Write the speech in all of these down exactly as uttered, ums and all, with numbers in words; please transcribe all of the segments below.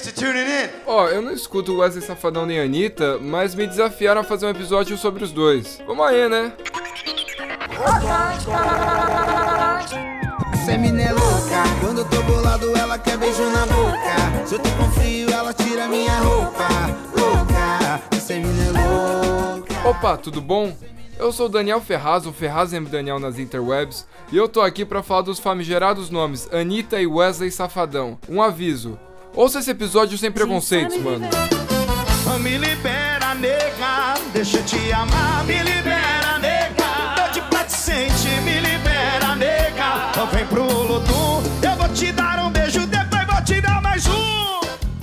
Thanks for tuning in. Ó, oh, eu não escuto Wesley Safadão nem Anitta, mas me desafiaram a fazer um episódio sobre os dois. Vamos aí, né? Essa mina é louca, quando eu tô bolado ela quer beijo na boca. Se eu tô com frio ela tira minha roupa. Louca, essa mina é louca. Opa, tudo bom? Eu sou o Daniel Ferraz, o Ferraz M. Daniel nas interwebs, e eu tô aqui pra falar dos famigerados nomes Anitta e Wesley Safadão. Um aviso, ouça esse episódio sem preconceitos, mano. Me libera, nega, deixa eu te amar. Me libera, nega, tô de paciente. Me libera, nega, então vem pro Lodum. Eu vou te dar um beijo, depois vou te dar mais um.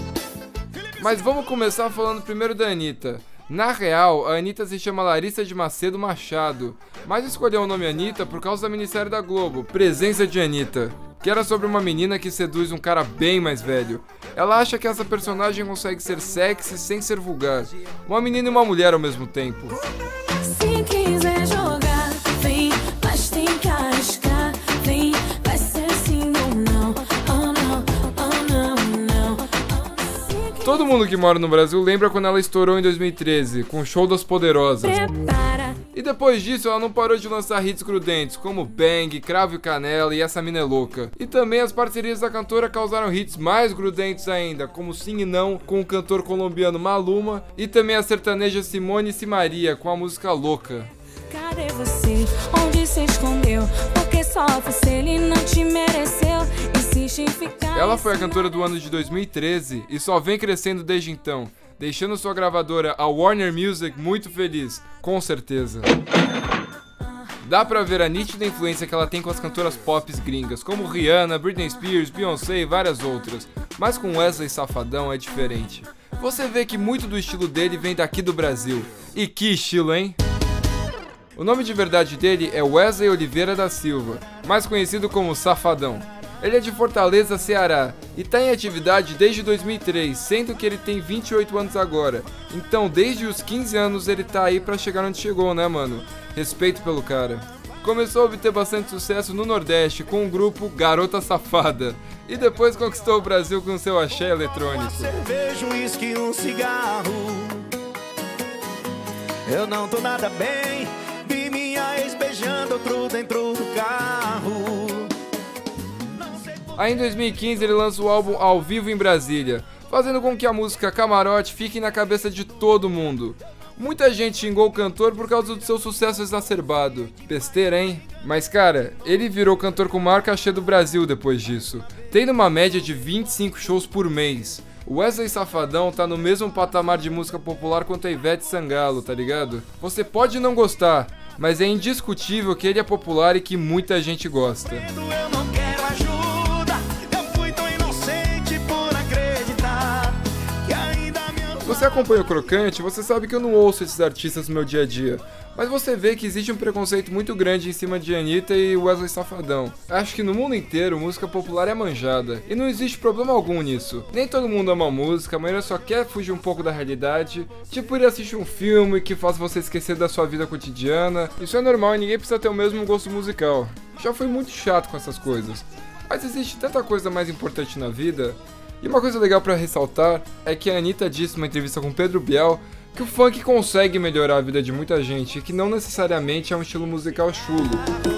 Mas vamos começar falando primeiro da Anitta. Na real, a Anitta se chama Larissa de Macedo Machado, mas escolheu o nome Anitta por causa da minissérie da Globo, Presença de Anitta, que era sobre uma menina que seduz um cara bem mais velho. Ela acha que essa personagem consegue ser sexy sem ser vulgar, uma menina e uma mulher ao mesmo tempo. Se quiser jogar, vem, mas tem que arriscar, vem, vai ser sim ou não, oh não, oh não, não. Todo mundo que mora no Brasil lembra quando ela estourou em dois mil e treze, com o Show das Poderosas. Prepara. E depois disso ela não parou de lançar hits grudentes, como Bang, Cravo e Canela e Essa Mina é Louca. E também as parcerias da cantora causaram hits mais grudentes ainda, como Sim e Não, com o cantor colombiano Maluma, e também a sertaneja Simone e Simaria, com a música Louca. Cadê você? Onde se escondeu? Porque só você ele não te mereceu. Insiste em ficar. Ela foi a cantora do ano de dois mil e treze e só vem crescendo desde então, deixando sua gravadora, a Warner Music, muito feliz, com certeza. Dá pra ver a nítida influência que ela tem com as cantoras pop gringas, como Rihanna, Britney Spears, Beyoncé e várias outras, mas com Wesley Safadão é diferente. Você vê que muito do estilo dele vem daqui do Brasil. E que estilo, hein? O nome de verdade dele é Wesley Oliveira da Silva, mais conhecido como Safadão. Ele é de Fortaleza, Ceará, e tá em atividade desde dois mil e três, sendo que ele tem vinte e oito anos agora. Então, desde os quinze anos ele tá aí pra chegar onde chegou, né, mano? Respeito pelo cara. Começou a obter bastante sucesso no Nordeste com o grupo Garota Safada, e depois conquistou o Brasil com seu axé eletrônico. Uma cerveja, um uísque, um cigarro. Eu não tô nada bem. Vi minha ex beijando outro dentro do carro. Aí em dois mil e quinze ele lança o álbum Ao Vivo em Brasília, fazendo com que a música Camarote fique na cabeça de todo mundo. Muita gente xingou o cantor por causa do seu sucesso exacerbado. Besteira, hein? Mas cara, ele virou cantor com o maior cachê do Brasil depois disso, tendo uma média de vinte e cinco shows por mês. O Wesley Safadão tá no mesmo patamar de música popular quanto a Ivete Sangalo, tá ligado? Você pode não gostar, mas é indiscutível que ele é popular e que muita gente gosta. Eu não quero ajuda. Eu fui tão inocente por acreditar que ainda me ama. Se você acompanha o Crocante, você sabe que eu não ouço esses artistas no meu dia a dia. Mas você vê que existe um preconceito muito grande em cima de Anitta e Wesley Safadão. Acho que no mundo inteiro música popular é manjada, e não existe problema algum nisso. Nem todo mundo ama música, a maioria só quer fugir um pouco da realidade, tipo ir assistir um filme que faz você esquecer da sua vida cotidiana. Isso é normal e ninguém precisa ter o mesmo gosto musical. Já fui muito chato com essas coisas. Mas existe tanta coisa mais importante na vida. E uma coisa legal pra ressaltar é que a Anitta disse numa entrevista com Pedro Bial que o funk consegue melhorar a vida de muita gente e que não necessariamente é um estilo musical chulo.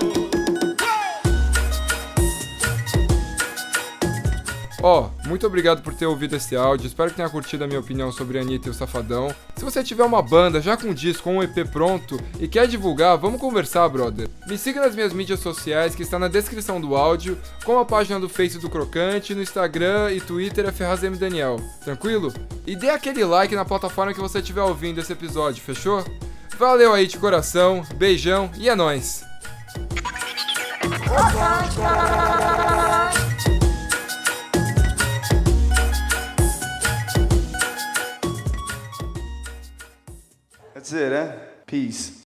Ó, oh, muito obrigado por ter ouvido esse áudio, espero que tenha curtido a minha opinião sobre a Anitta e o Safadão. Se você tiver uma banda já com disco ou um E P pronto e quer divulgar, vamos conversar, brother. Me siga nas minhas mídias sociais que está na descrição do áudio, como a página do Face do Crocante, no Instagram e Twitter é Ferraz M. Daniel, tranquilo? E dê aquele like na plataforma que você estiver ouvindo esse episódio, fechou? Valeu aí de coração, beijão e é nóis! That's it, huh? Peace.